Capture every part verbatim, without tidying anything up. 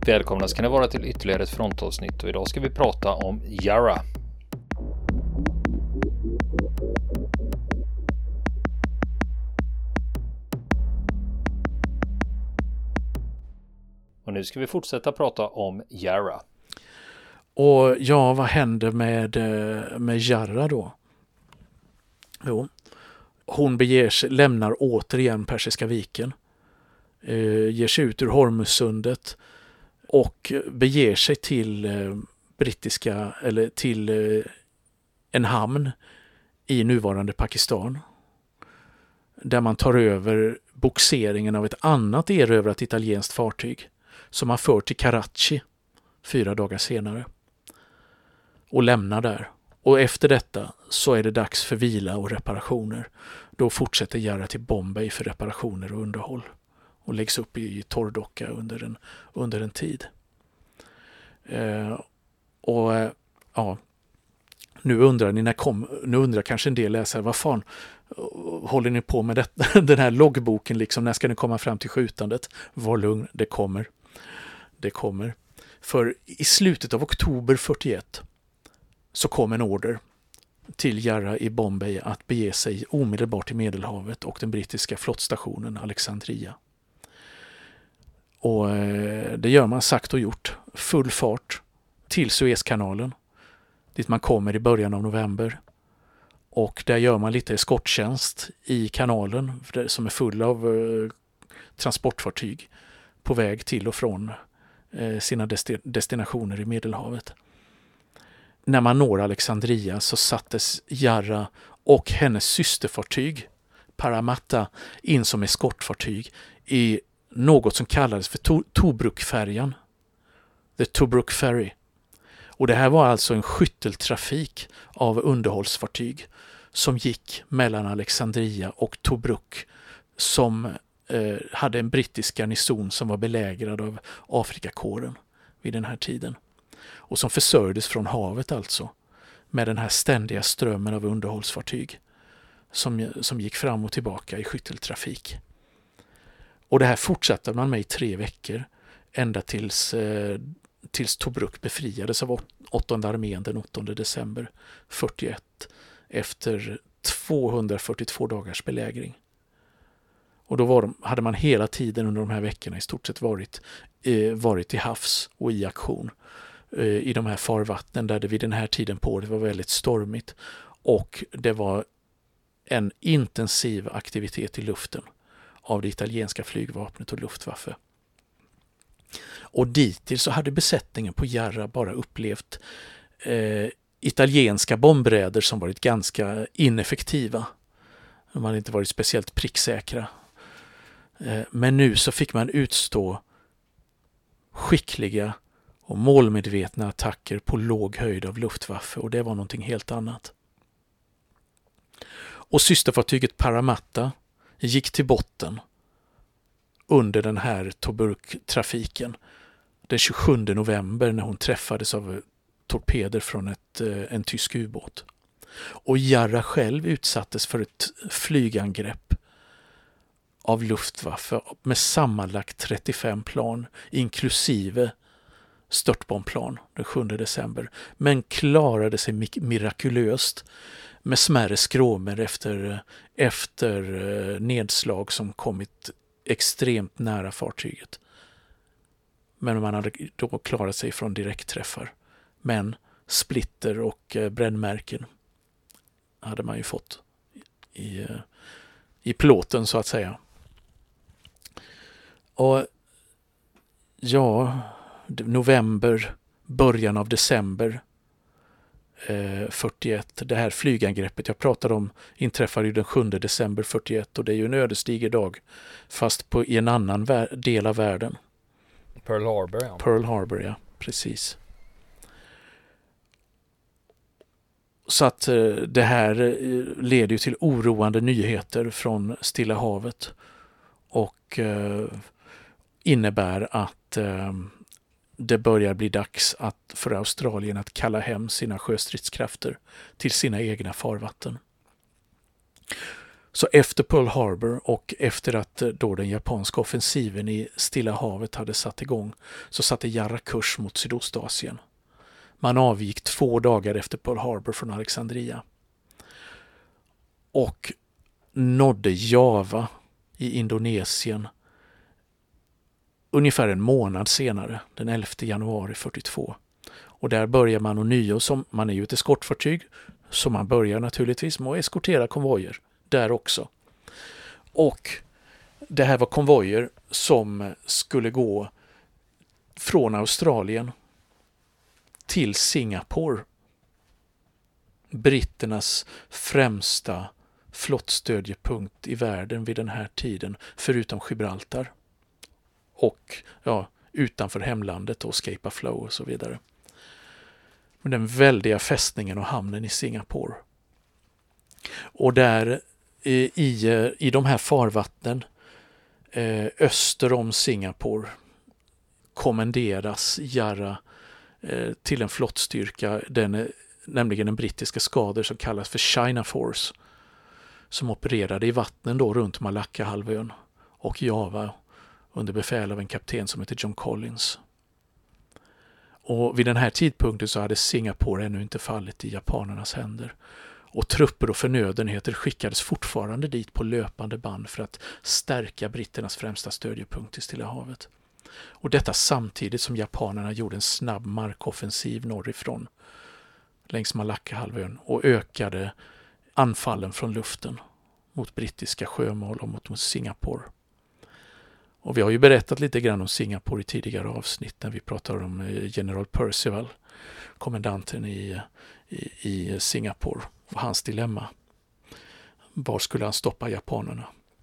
Välkomna ska ni vara till ytterligare ett frontavsnitt och idag ska vi prata om Yarra. Och nu ska vi fortsätta prata om Yarra. Och ja, vad händer med, med Yarra då? Jo, hon beger sig, lämnar återigen Persiska viken, eh, ger sig ut ur Hormuzsundet och beger sig till eh, brittiska eller till eh, en hamn i nuvarande Pakistan, där man tar över boxeringen av ett annat erövrat italienskt fartyg som man för till Karachi fyra dagar senare och lämnar där. Och efter detta så är det dags för vila och reparationer. Då fortsätter Yarra till Bombay för reparationer och underhåll och läggs upp i torrdocka under en, under en tid. Eh, och eh, ja, nu undrar ni när kom, nu undrar kanske en del läsare, vad fan håller ni på med detta? Den här loggboken liksom, när ska ni komma fram till skjutandet? Var lugn, det kommer. Det kommer. För i slutet av oktober fyrtioett så kom en order till Yarra i Bombay att bege sig omedelbart till Medelhavet och den brittiska flottstationen Alexandria. Och det gör man sagt och gjort. Full fart till Suezkanalen, dit man kommer i början av november. Och där gör man lite eskorttjänst i kanalen som är full av eh, transportfartyg på väg till och från eh, sina desti- destinationer i Medelhavet. När man når Alexandria så sattes Yarra och hennes systerfartyg Parramatta in som eskortfartyg i något som kallades för to- Tobruk-färjan. The Tobruk Ferry. Och det här var alltså en skytteltrafik av underhållsfartyg som gick mellan Alexandria och Tobruk, som eh, hade en brittisk garnison som var belägrad av Afrikakåren vid den här tiden. Och som försörjdes från havet alltså, med den här ständiga strömmen av underhållsfartyg som, som gick fram och tillbaka i skytteltrafik. Och det här fortsatte man med i tre veckor, ända tills, eh, tills Tobruk befriades av åttonde armén den åttonde december fyrtioett efter tvåhundrafyrtiotvå dagars belägring. Och då var de, hade man hela tiden under de här veckorna i stort sett varit, eh, varit i havs och i aktion eh, i de här farvattnen där det vid den här tiden på året var väldigt stormigt och det var en intensiv aktivitet i luften av det italienska flygvapnet och Luftwaffe. Och dittills så hade besättningen på Yarra bara upplevt eh, italienska bombräder som varit ganska ineffektiva. De hade inte varit speciellt pricksäkra. Eh, men nu så fick man utstå skickliga och målmedvetna attacker på låg höjd av Luftwaffe, och det var någonting helt annat. Och systerfartyget Parramatta gick till botten under den här Tobruk-trafiken den tjugosjunde november när hon träffades av torpeder från ett, en tysk ubåt. Och Yarra själv utsattes för ett flygangrepp av Luftwaffe med sammanlagt trettiofem plan, inklusive störtbombplan den sjunde december, men klarade sig mirakulöst med smärre skråmer efter, efter nedslag som kommit extremt nära fartyget. Men man hade då klarat sig från direktträffar. Men splitter och brännmärken hade man ju fått i, i plåten så att säga. Och ja, november, början av december eh, fyrtioett, det här flygangreppet jag pratade om inträffade ju den sjunde december fyrtioett, och det är ju en ödesdiger dag fast på, i en annan vär- del av världen. Pearl Harbor, ja. Pearl Harbor, ja, precis. Så att eh, det här eh, leder ju till oroande nyheter från Stilla havet och eh, innebär att eh, det börjar bli dags att, för Australien att kalla hem sina sjöstridskrafter till sina egna farvatten. Så efter Pearl Harbor och efter att då den japanska offensiven i Stilla havet hade satt igång så satte Yarra kurs mot Sydostasien. Man avgick två dagar efter Pearl Harbor från Alexandria och nådde Java i Indonesien ungefär en månad senare, den elfte januari fyrtiotvå. Och där börjar man ånyo, som man är ju ett eskortfartyg, så man börjar naturligtvis med att eskortera konvojer där också. Och det här var konvojer som skulle gå från Australien till Singapore, britternas främsta flottstödjepunkt i världen vid den här tiden, förutom Gibraltar och ja, utanför hemlandet och Scapa Flow och så vidare. Men den väldiga fästningen och hamnen i Singapore. Och där i, i de här farvattnen eh, öster om Singapore kommenderas Yarra eh, till en flottstyrka, den är nämligen en brittiska skader som kallas för China Force, som opererade i vattnen då runt Malaccahalvön och Java under befäl av en kapten som heter John Collins. Och vid den här tidpunkten så hade Singapore ännu inte fallit i japanernas händer. Och trupper och förnödenheter skickades fortfarande dit på löpande band för att stärka britternas främsta stödjepunkt i Stilla havet. Och detta samtidigt som japanerna gjorde en snabb markoffensiv norrifrån längs Malaccahalvön och ökade anfallen från luften mot brittiska sjömål och mot Singapore. Och vi har ju berättat lite grann om Singapore i tidigare avsnitt när vi pratar om general Percival, kommandanten i, i, i Singapore, och hans dilemma. Var skulle han stoppa japanerna?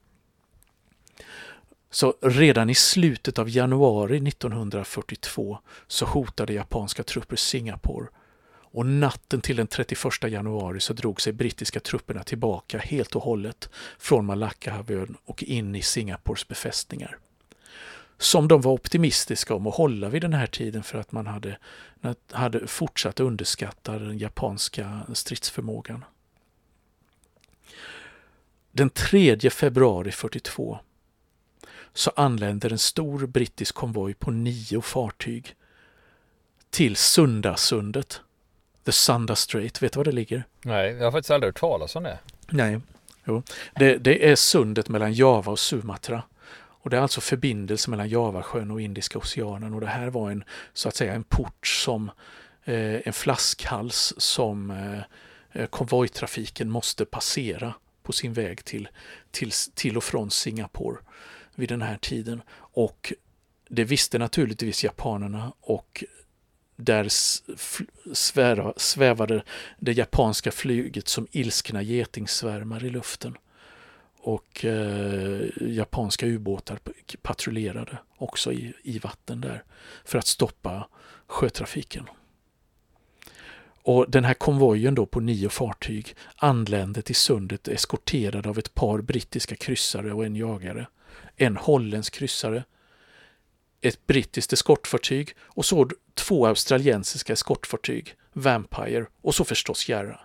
Så redan i slutet av januari nittonhundrafyrtiotvå så hotade japanska trupper Singapore. Och natten till den trettioförsta januari så drog sig brittiska trupperna tillbaka helt och hållet från Malaccahalvön och in i Singapores befästningar. Som de var optimistiska om att hålla vid den här tiden för att man hade, hade fortsatt underskatta den japanska stridsförmågan. Den tredje februari fyrtiotvå så anländer en stor brittisk konvoj på nio fartyg till Sundasundet. The Sunda Strait, vet du var det ligger? Nej, jag har faktiskt aldrig hört talas om det. Nej, jo. Det, det är sundet mellan Java och Sumatra. Och det är alltså förbindelse mellan Javasjön och Indiska oceanen. Och det här var en, så att säga, en port som eh, en flaskhals som eh, konvojtrafiken måste passera på sin väg till, till, till och från Singapore vid den här tiden. Och det visste naturligtvis japanerna, och där svävade det japanska flyget som ilskna getingsvärmar i luften. Och eh, japanska ubåtar patrullerade också i, i vatten där för att stoppa sjötrafiken. Och den här konvojen då på nio fartyg anlände till sundet eskorterad av ett par brittiska kryssare och en jagare, en holländsk kryssare, ett brittiskt eskortfartyg och så två australiensiska eskortfartyg, Vampire och så förstås Yarra.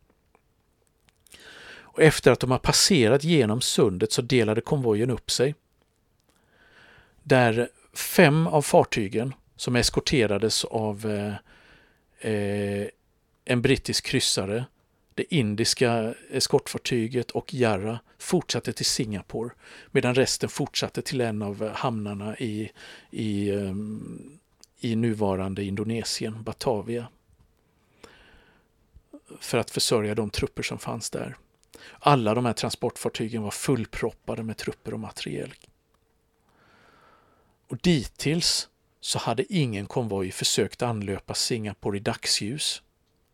Och efter att de har passerat genom sundet så delade konvojen upp sig. Där fem av fartygen som eskorterades av eh, en brittisk kryssare, det indiska eskortfartyget och Yarra fortsatte till Singapore, medan resten fortsatte till en av hamnarna i, i, um, i nuvarande Indonesien, Batavia, för att försörja de trupper som fanns där. Alla de här transportfartygen var fullproppade med trupper och materiel. Och dittills så hade ingen konvoj försökt anlöpa Singapore i dagsljus.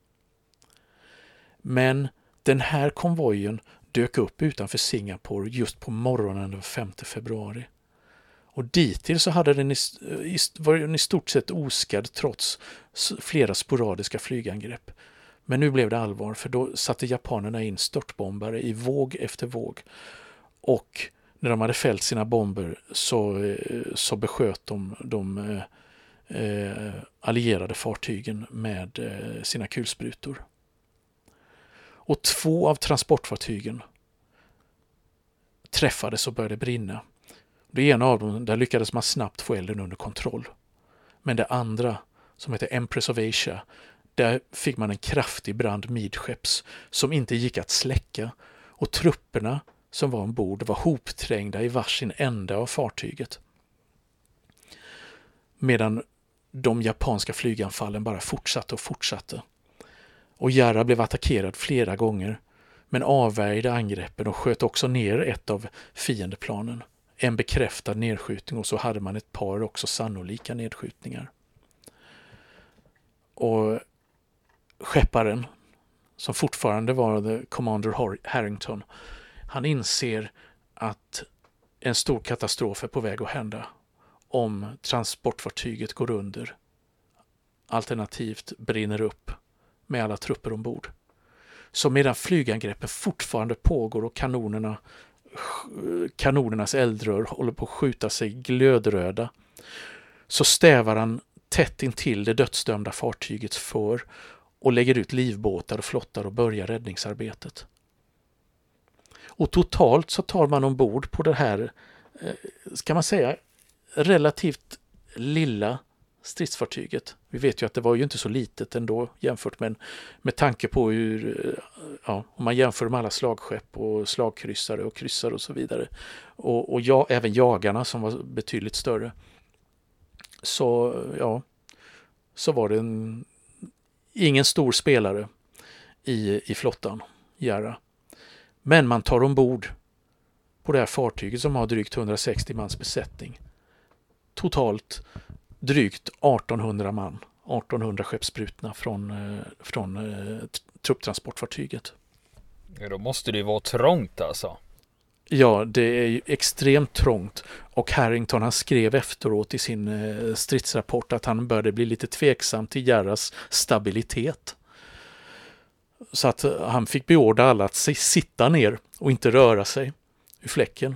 Men den här konvojen dök upp utanför Singapore just på morgonen den femte februari. Och dittills så hade den i, i, var den i stort sett oskadd trots flera sporadiska flygangrepp. Men nu blev det allvar, för då satte japanerna in störtbombare i våg efter våg. Och när de hade fällt sina bomber så, så besköt de de eh, allierade fartygen med eh, sina kulsprutor. Och två av transportfartygen träffades och började brinna. Det ena av dem, där lyckades man snabbt få elden under kontroll. Men det andra, som heter Empress of Asia, där fick man en kraftig brand midskepps som inte gick att släcka, och trupperna som var ombord var hopträngda i varsin ände av fartyget. Medan de japanska flyganfallen bara fortsatte och fortsatte. Och Yarra blev attackerad flera gånger, men avvärjde angreppen och sköt också ner ett av fiendeplanen. En bekräftad nedskjutning, och så hade man ett par också sannolika nedskjutningar. Och skepparen, som fortfarande var the Commander Harrington, han inser att en stor katastrof är på väg att hända om transportfartyget går under, alternativt brinner upp med alla trupper ombord. Så medan flygangreppen fortfarande pågår och kanonerna, kanonernas eldrör håller på att skjuta sig glödröda, så stävar han tätt intill det dödsdömda fartygets för och lägger ut livbåtar och flottar och börjar räddningsarbetet. Och totalt så tar man ombord på det här, ska man säga, relativt lilla stridsfartyget. Vi vet ju att det var ju inte så litet ändå jämfört med, med tanke på hur, ja, om man jämför med alla slagskepp och slagkryssare och kryssare och så vidare. Och, och ja, även jagarna som var betydligt större. Så ja, så var det en, ingen stor spelare i, i flottan, Yarra. Men man tar ombord på det här fartyget som har drygt hundrasextio mans besättning. Totalt drygt artonhundra man, artonhundra skeppsbrutna från, från eh, trupptransportfartyget. Ja, då måste det ju vara trångt alltså. Ja, det är ju extremt trångt, och Harrington, han skrev efteråt i sin eh, stridsrapport att han började bli lite tveksam till Yarras stabilitet. Så att han fick beordra alla att sitta ner och inte röra sig ur fläcken.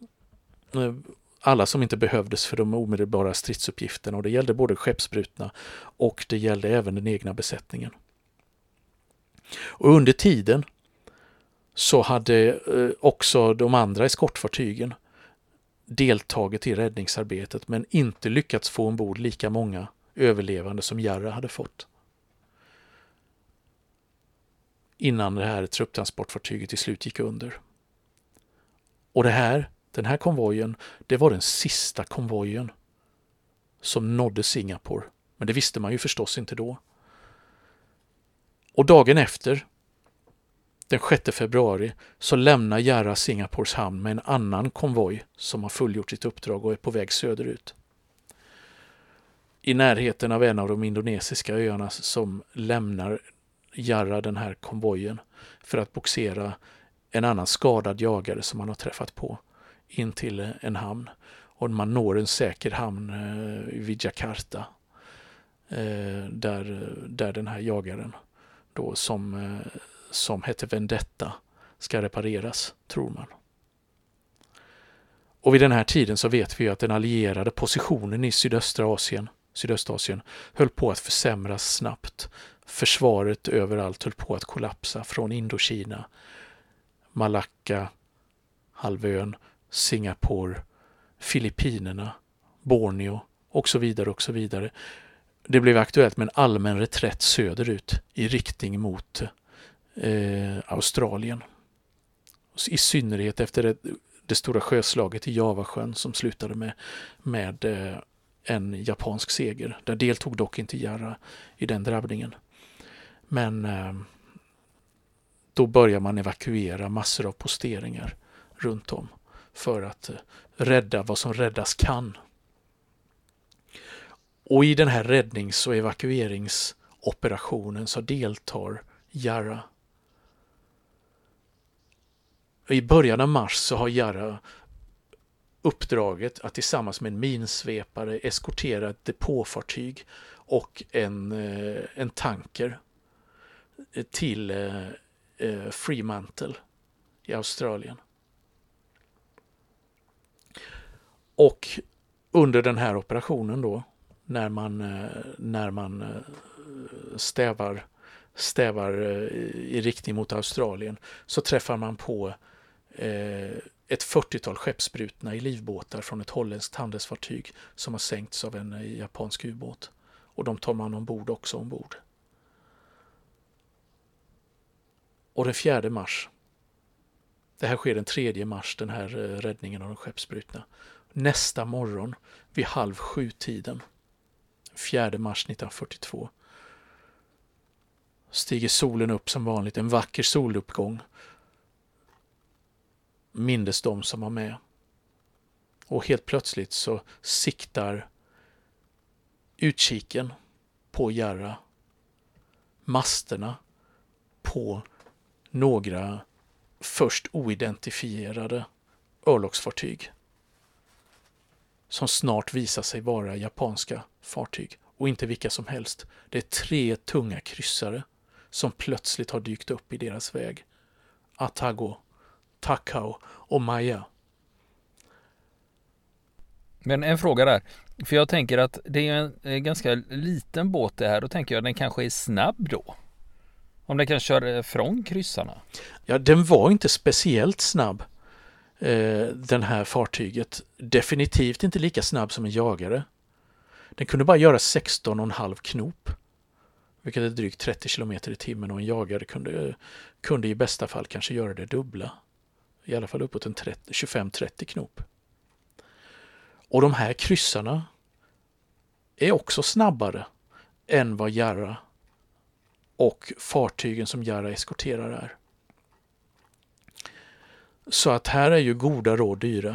Alla som inte behövdes för de omedelbara stridsuppgifterna, och det gällde både skeppsbrutna och det gällde även den egna besättningen. Och under tiden så hade också de andra eskortfartygen deltagit i räddningsarbetet, men inte lyckats få ombord lika många överlevande som Yarra hade fått. Innan det här trupptransportfartyget till slut gick under. Och det här, den här konvojen, det var den sista konvojen som nådde Singapore. Men det visste man ju förstås inte då. Och dagen efter, den sjätte februari, så lämnar Yarra Singapores hamn med en annan konvoj som har fullgjort sitt uppdrag och är på väg söderut. I närheten av en av de indonesiska öarna som lämnar Yarra den här konvojen för att boxera en annan skadad jagare som man har träffat på in till en hamn. Och man når en säker hamn eh, vid Jakarta eh, där, där den här jagaren då som, eh, som heter Vendetta ska repareras, tror man. Och vid den här tiden så vet vi att den allierade positionen i sydöstra Asien, Sydöstasien höll på att försämras snabbt. Försvaret överallt höll på att kollapsa, från Indokina, Malacca, halvön, Singapore, Filippinerna, Borneo och så vidare och så vidare. Det blev aktuellt med en allmän reträtt söderut i riktning mot eh, Australien. I synnerhet efter det, det stora sjöslaget i Javasjön som slutade med, med eh, en japansk seger. Där deltog dock inte Yarra i den drabbningen. Men eh, då börjar man evakuera massor av posteringar runt om för att eh, rädda vad som räddas kan. Och i den här räddnings- och evakueringsoperationen så deltar Yarra. I början av mars så har Yarra uppdraget att tillsammans med en minsvepare eskortera ett depåfartyg och en, en tanker till eh, Fremantle i Australien. Och under den här operationen då, när man, när man stävar, stävar i riktning mot Australien, så träffar man på eh, ett fyrtiotal skeppsbrutna i livbåtar från ett holländskt handelsfartyg som har sänkts av en japansk ubåt. Och de tar man ombord också ombord. Och den fjärde mars, det här sker den tredje mars, den här räddningen av de skeppsbrutna. Nästa morgon vid halv sju-tiden, fjärde mars nittonhundrafyrtiotvå, stiger solen upp som vanligt, en vacker soluppgång. Mindes de som var med. Och helt plötsligt så siktar utkiken på Yarra masterna på några först oidentifierade örlogsfartyg som snart visar sig vara japanska fartyg och inte vilka som helst. Det är tre tunga kryssare som plötsligt har dykt upp i deras väg. Atago, Takao och Maya. Men en fråga där, för jag tänker att det är en ganska liten båt det här, då tänker jag att den kanske är snabb då. Om den kan köra från kryssarna. Ja, den var inte speciellt snabb, eh, den här fartyget. Definitivt inte lika snabb som en jagare. Den kunde bara göra sexton komma fem knop, vilket är drygt trettio kilometer i timmen, och en jagare kunde, kunde i bästa fall kanske göra det dubbla. I alla fall uppåt en tjugofem trettio knop. Och de här kryssarna är också snabbare än vad Yarra och fartygen som Yarra eskorterar är. Så att här är ju goda råd dyra.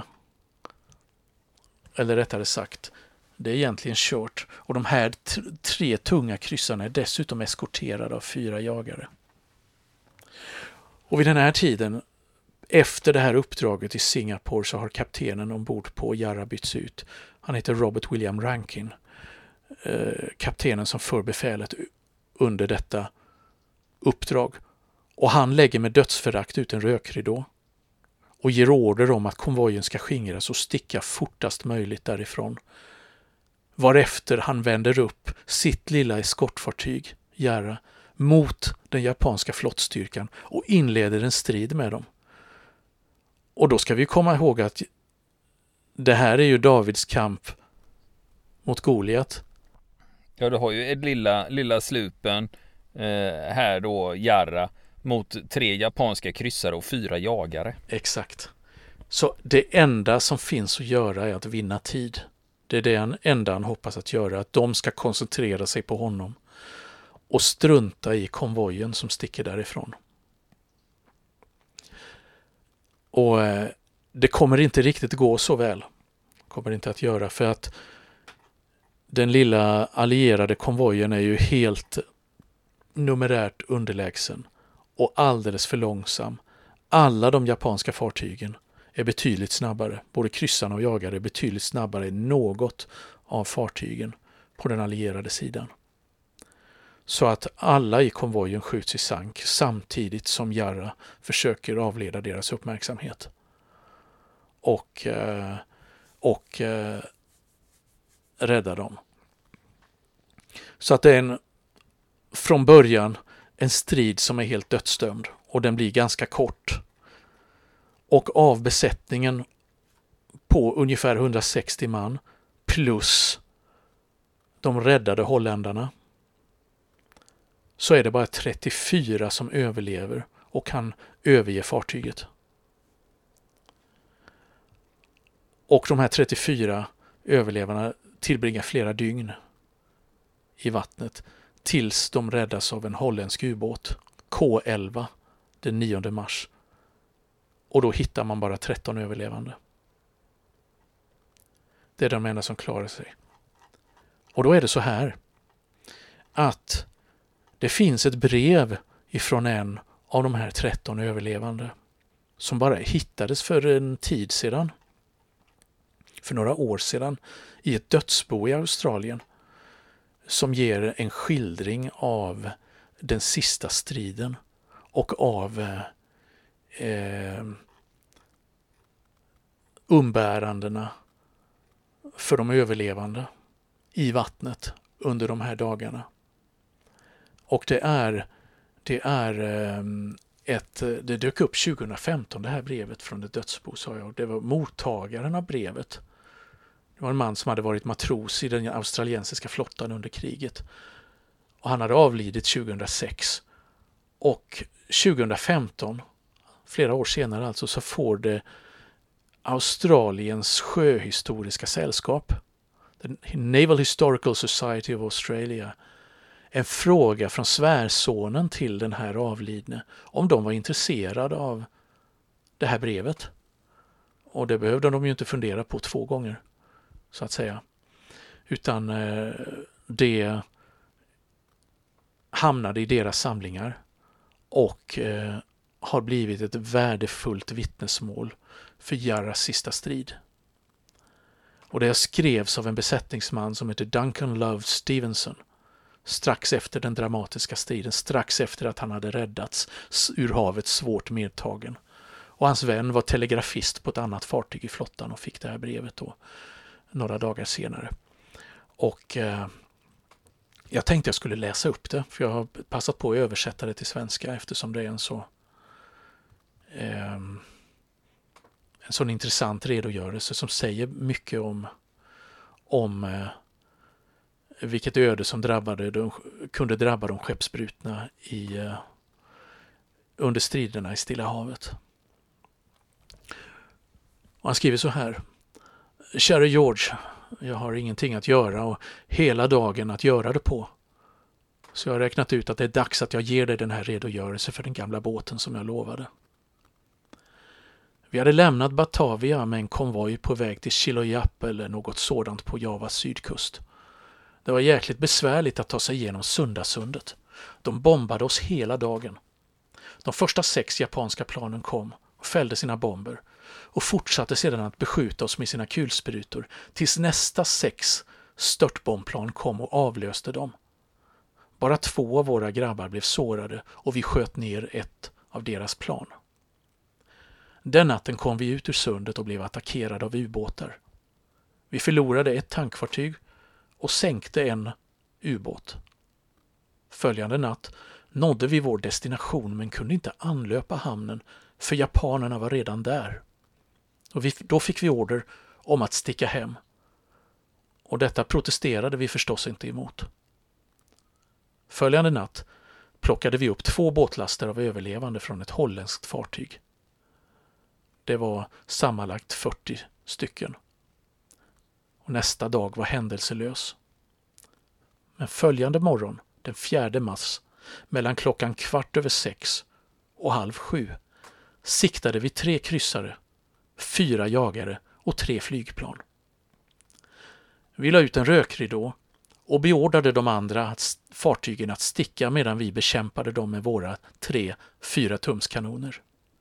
Eller rättare sagt, det är egentligen kört. Och de här t- tre tunga kryssarna är dessutom eskorterade av fyra jagare. Och vid den här tiden, efter det här uppdraget i Singapore, så har kaptenen ombord på Yarra bytts ut. Han heter Robert William Rankin. Eh, kaptenen som för befälet under detta uppdrag. Och han lägger med dödsförakt ut en rökridå och ger order om att konvojen ska skingras och sticka fortast möjligt därifrån. Varefter han vänder upp sitt lilla eskortfartyg, Yarra, mot den japanska flottstyrkan och inleder en strid med dem. Och då ska vi komma ihåg att det här är ju Davids kamp mot Goliat. Ja, du har ju ett lilla, lilla slupen eh, här då, Yarra, mot tre japanska kryssare och fyra jagare. Exakt. Så det enda som finns att göra är att vinna tid. Det är det enda han hoppas att göra, att de ska koncentrera sig på honom och strunta i konvojen som sticker därifrån. Och eh, det kommer inte riktigt gå så väl. Kommer inte att göra, för att den lilla allierade konvojen är ju helt numerärt underlägsen och alldeles för långsam. Alla de japanska fartygen är betydligt snabbare. Både kryssarna och jagare är betydligt snabbare än något av fartygen på den allierade sidan. Så att alla i konvojen skjuts i sank samtidigt som Yarra försöker avleda deras uppmärksamhet. Och, eh, och eh, rädda dem. Så att det är en, från början en strid som är helt dödsdömd, och den blir ganska kort. Och av besättningen på ungefär hundrasextio man plus de räddade holländarna, så är det bara trettiofyra som överlever och kan överge fartyget. Och de här trettiofyra överlevarna tillbringar flera dygn i vattnet tills de räddas av en holländsk ubåt, K elva, den nionde mars. Och då hittar man bara tretton överlevande. Det är de enda som klarar sig. Och då är det så här att det finns ett brev ifrån en av de här tretton överlevande som bara hittades för en tid sedan, för några år sedan, i ett dödsbo i Australien, som ger en skildring av den sista striden och av eh, umbärandena för de överlevande i vattnet under de här dagarna. Och det är, det är eh, ett, det dök upp tjugohundrafemton, det här brevet från ett dödsbo, sa jag. Det var mottagaren av brevet. Det var en man som hade varit matros i den australiensiska flottan under kriget. Och han hade avlidit tjugohundrasex. Och tjugohundrafemton, flera år senare alltså, så får det Australiens sjöhistoriska sällskap, The Naval Historical Society of Australia, en fråga från svärsonen till den här avlidne om de var intresserade av det här brevet. Och det behövde de ju inte fundera på två gånger, så att säga. Utan eh, det hamnade i deras samlingar och eh, har blivit ett värdefullt vittnesmål för Yarras sista strid. Och det skrevs av en besättningsman som heter Duncan Love Stevenson strax efter den dramatiska striden, strax efter att han hade räddats ur havet svårt medtagen. Och hans vän var telegrafist på ett annat fartyg i flottan och fick det här brevet då några dagar senare. Och eh, jag tänkte jag skulle läsa upp det, för jag har passat på att översätta det till svenska eftersom det är en så eh, en sån intressant redogörelse som säger mycket om om eh, vilket öde som drabbade de, kunde drabba de skeppsbrutna i, eh, under striderna i Stilla havet. Och han skriver så här: Kära George, jag har ingenting att göra och hela dagen att göra det på. Så jag har räknat ut att det är dags att jag ger dig den här redogörelsen för den gamla båten som jag lovade. Vi hade lämnat Batavia med en konvoj på väg till Chiloyap eller något sådant på Javas sydkust. Det var jäkligt besvärligt att ta sig igenom Sundasundet. De bombade oss hela dagen. De första sex japanska planen kom och fällde sina bomber och fortsatte sedan att beskjuta oss med sina kulsprutor tills nästa sex störtbombplan kom och avlöste dem. Bara två av våra grabbar blev sårade och vi sköt ner ett av deras plan. Den natten kom vi ut ur sundet och blev attackerade av ubåtar. Vi förlorade ett tankfartyg och sänkte en ubåt. Följande natt nådde vi vår destination men kunde inte anlöpa hamnen för japanerna var redan där. Och vi, då fick vi order om att sticka hem. Och detta protesterade vi förstås inte emot. Följande natt plockade vi upp två båtlaster av överlevande från ett holländskt fartyg. Det var sammanlagt fyrtio stycken. Och nästa dag var händelselös. Men följande morgon, den fjärde mars, mellan klockan kvart över sex och halv sju, siktade vi tre kryssare, fyra jagare och tre flygplan. Vi la ut en rökridå och beordrade de andra att fartygen att sticka medan vi bekämpade dem med våra tre fyra tumskanoner.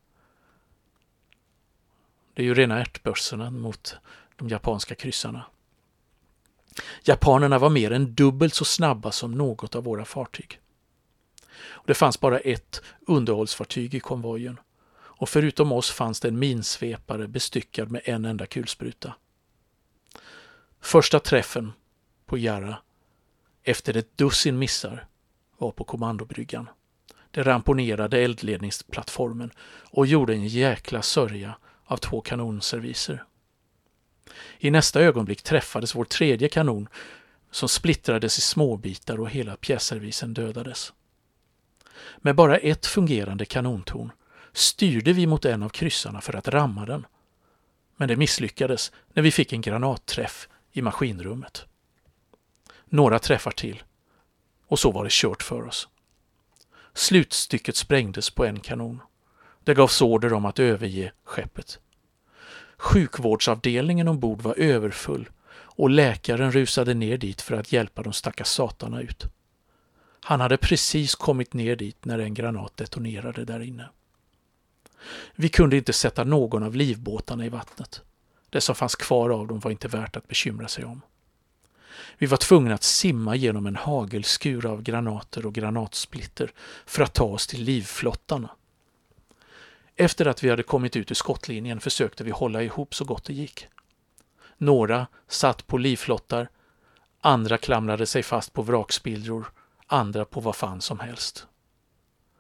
Det är ju rena ärtbössorna mot de japanska kryssarna. Japanerna var mer än dubbelt så snabba som något av våra fartyg. Det fanns bara ett underhållsfartyg i konvojen och förutom oss fanns det en minsvepare bestyckad med en enda kulspruta. Första träffen på Yarra efter ett dussin missar var på kommandobryggan. Det ramponerade eldledningsplattformen och gjorde en jäkla sörja av två kanonserviser. I nästa ögonblick träffades vår tredje kanon som splittrades i småbitar och hela pjässervisen dödades. Med bara ett fungerande kanontorn styrde vi mot en av kryssarna för att ramma den. Men det misslyckades när vi fick en granatträff i maskinrummet. Några träffar till och så var det kört för oss. Slutstycket sprängdes på en kanon. Det gavs order om att överge skeppet. Sjukvårdsavdelningen ombord var överfull och läkaren rusade ner dit för att hjälpa de stackars satarna ut. Han hade precis kommit ner dit när en granat detonerade där inne. Vi kunde inte sätta någon av livbåtarna i vattnet. Det som fanns kvar av dem var inte värt att bekymra sig om. Vi var tvungna att simma genom en hagelskur av granater och granatsplitter för att ta oss till livflottarna. Efter att vi hade kommit ut ur skottlinjen försökte vi hålla ihop så gott det gick. Några satt på livflottar, andra klamrade sig fast på vrakspillror, andra på vad fan som helst.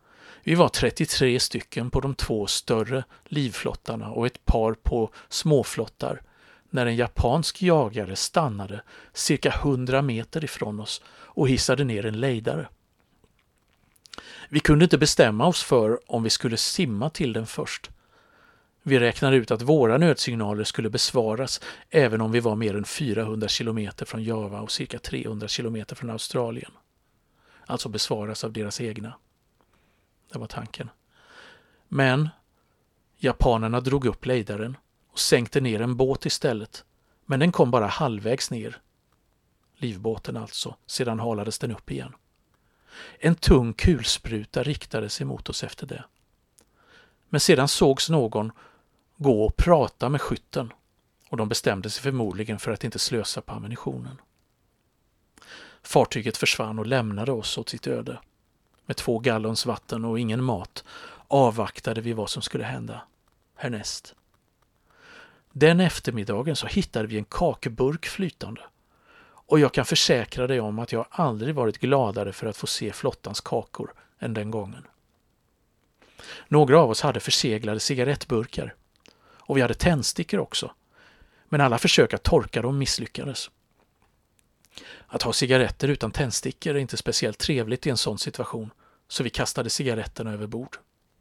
Vi var trettiotre stycken på de två större livflottarna och ett par på småflottar när en japansk jagare stannade cirka hundra meter ifrån oss och hissade ner en lejdare. Vi kunde inte bestämma oss för om vi skulle simma till den först. Vi räknade ut att våra nödsignaler skulle besvaras även om vi var mer än fyrahundra kilometer från Java och cirka trehundra kilometer från Australien. Alltså besvaras av deras egna. Det var tanken. Men japanerna drog upp lejdaren och sänkte ner en båt istället. Men den kom bara halvvägs ner. Livbåten alltså. Sedan halades den upp igen. En tung kulspruta riktades emot oss efter det. Men sedan sågs någon gå och prata med skytten och de bestämde sig förmodligen för att inte slösa på ammunitionen. Fartyget försvann och lämnade oss åt sitt öde. Med två gallons vatten och ingen mat avvaktade vi vad som skulle hända härnäst. Den eftermiddagen så hittade vi en kakburk flytande. Och jag kan försäkra dig om att jag aldrig varit gladare för att få se flottans kakor än den gången. Några av oss hade förseglade cigarettburkar. Och vi hade tändstickor också. Men alla försök att torka dem misslyckades. Att ha cigaretter utan tändstickor är inte speciellt trevligt i en sån situation. Så vi kastade cigaretterna över bord.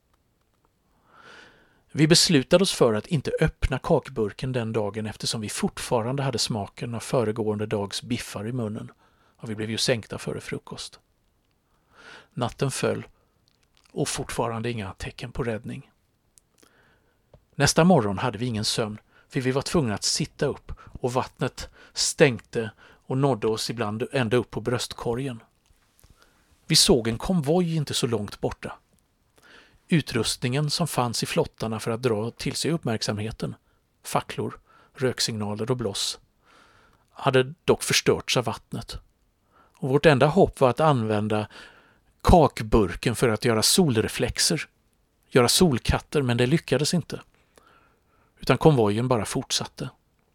Vi beslutade oss för att inte öppna kakburken den dagen eftersom vi fortfarande hade smaken av föregående dags biffar i munnen. Och vi blev ju sänkta före frukost. Natten föll och fortfarande inga tecken på räddning. Nästa morgon hade vi ingen sömn för vi var tvungna att sitta upp och vattnet stänkte och nådde oss ibland ända upp på bröstkorgen. Vi såg en konvoj inte så långt borta. Utrustningen som fanns i flottarna för att dra till sig uppmärksamheten, facklor, röksignaler och bloss, hade dock förstörts av vattnet. Och vårt enda hopp var att använda kakburken för att göra solreflexer, göra solkatter, men det lyckades inte. Utan konvojen bara fortsatte.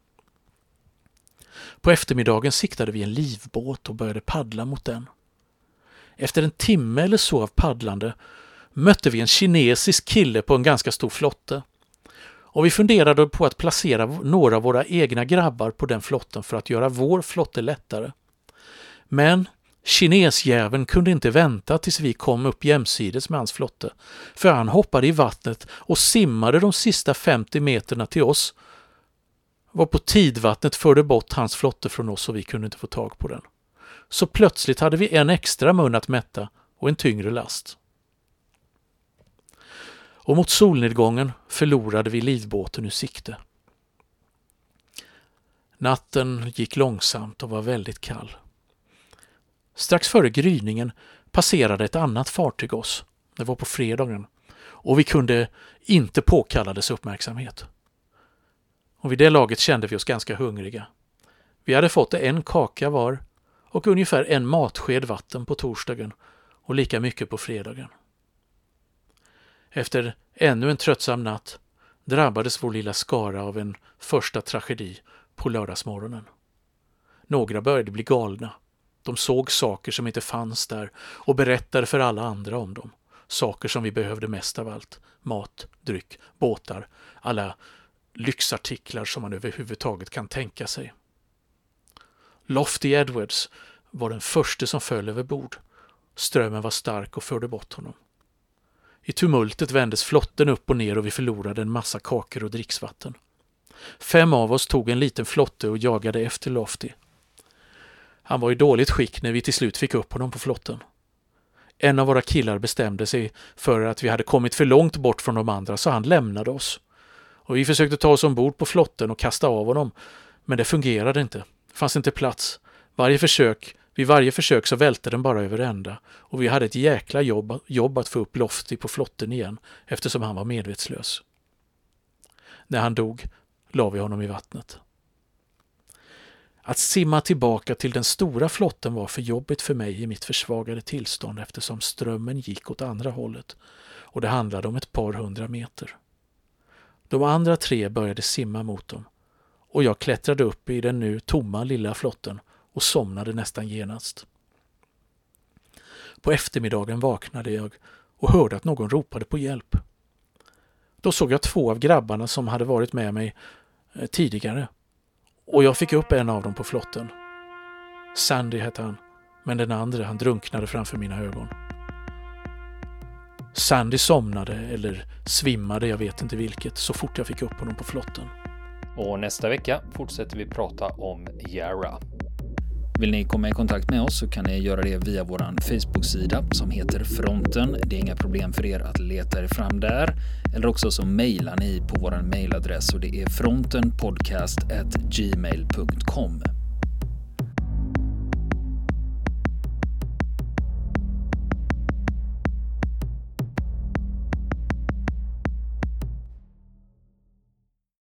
På eftermiddagen siktade vi en livbåt och började paddla mot den. Efter en timme eller så av paddlande mötte vi en kinesisk kille på en ganska stor flotte. Och vi funderade på att placera några av våra egna grabbar på den flotten för att göra vår flotte lättare. Men kinesjäveln kunde inte vänta tills vi kom upp jämsides med hans flotte. För han hoppade i vattnet och simmade de sista femtio meterna till oss. Var på tidvattnet förde bort hans flotte från oss och vi kunde inte få tag på den. Så plötsligt hade vi en extra mun att mätta och en tyngre last. Och mot solnedgången förlorade vi livbåten ur sikte. Natten gick långsamt och var väldigt kall. Strax före gryningen passerade ett annat fartyg oss. Det var på fredagen. Och vi kunde inte påkalla dess uppmärksamhet. Och vid det laget kände vi oss ganska hungriga. Vi hade fått en kaka var och ungefär en matsked vatten på torsdagen och lika mycket på fredagen. Efter ännu en tröttsam natt drabbades vår lilla skara av en första tragedi på lördagsmorgonen. Några började bli galna. De såg saker som inte fanns där och berättade för alla andra om dem. Saker som vi behövde mest av allt. Mat, dryck, båtar, alla lyxartiklar som man överhuvudtaget kan tänka sig. Lofty Edwards var den första som föll över bord. Strömmen var stark och förde bort honom. I tumultet vändes flotten upp och ner och vi förlorade en massa kakor och dricksvatten. Fem av oss tog en liten flotte och jagade efter Lofty. Han var i dåligt skick när vi till slut fick upp honom på flotten. En av våra killar bestämde sig för att vi hade kommit för långt bort från de andra så han lämnade oss. Och vi försökte ta oss ombord på flotten och kasta av honom. Men det fungerade inte. Det fanns inte plats. Varje försök, vid varje försök så välte den bara över ända. Och vi hade ett jäkla jobb, jobb att få upp Lofty på flotten igen eftersom han var medvetslös. När han dog la vi honom i vattnet. Att simma tillbaka till den stora flotten var för jobbigt för mig i mitt försvagade tillstånd eftersom strömmen gick åt andra hållet och det handlade om ett par hundra meter. De andra tre började simma mot dem och jag klättrade upp i den nu tomma lilla flotten och somnade nästan genast. På eftermiddagen vaknade jag och hörde att någon ropade på hjälp. Då såg jag två av grabbarna som hade varit med mig tidigare och jag fick upp en av dem på flotten. Sandy hette han, men den andra han drunknade framför mina ögon. Sandy somnade eller svimmade, jag vet inte vilket, så fort jag fick upp honom på flotten. Och nästa vecka fortsätter vi prata om Yara. Vill ni komma i kontakt med oss så kan ni göra det via vår Facebook-sida som heter Fronten. Det är inga problem för er att leta er fram där. Eller också så mejlar ni på vår mejladress och det är frontenpodcast at gmail punkt com.